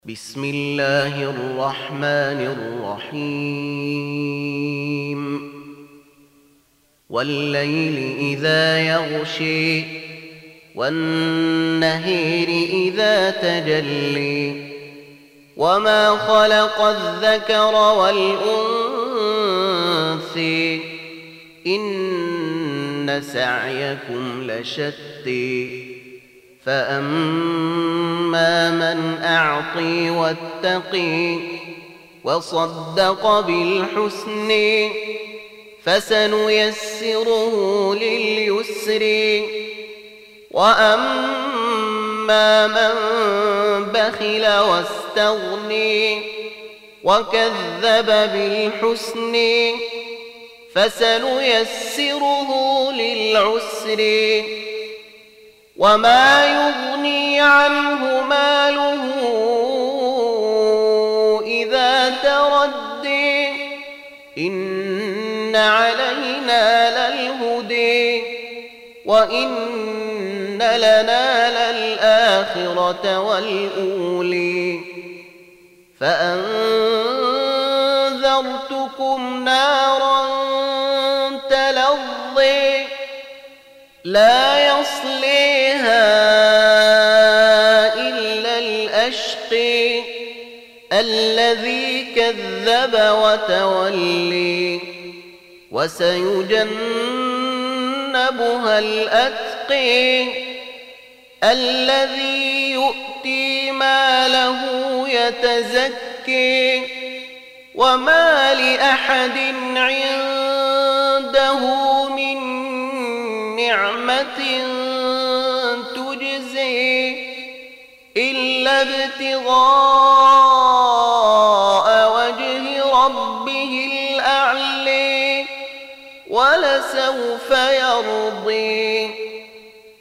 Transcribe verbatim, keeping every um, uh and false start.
بسم الله الرحمن الرحيم والليل إذا يغشي والنهار إذا تجلي وما خلق الذكر والأنثى إن سعيكم لشتى فأما من أعطي واتقي وصدق بالحسن فسنيسره لليسر وأما من بخل واستغني وكذب بالحسن فسنيسره للعسر وما يغني عنه ماله إذا تردي إن علينا للهدي وإن لنا للآخرة والأولي فأنذرتكم نارا تلظي لا يصليها إلا الأشقي الذي كذب وتولي وسيجنبها الأتقي الذي يؤتي ماله يتزكي وما لأحد عنده من نعمة تجزي إلا ابتغاء وجه ربه الأعلي ولسوف يرضي.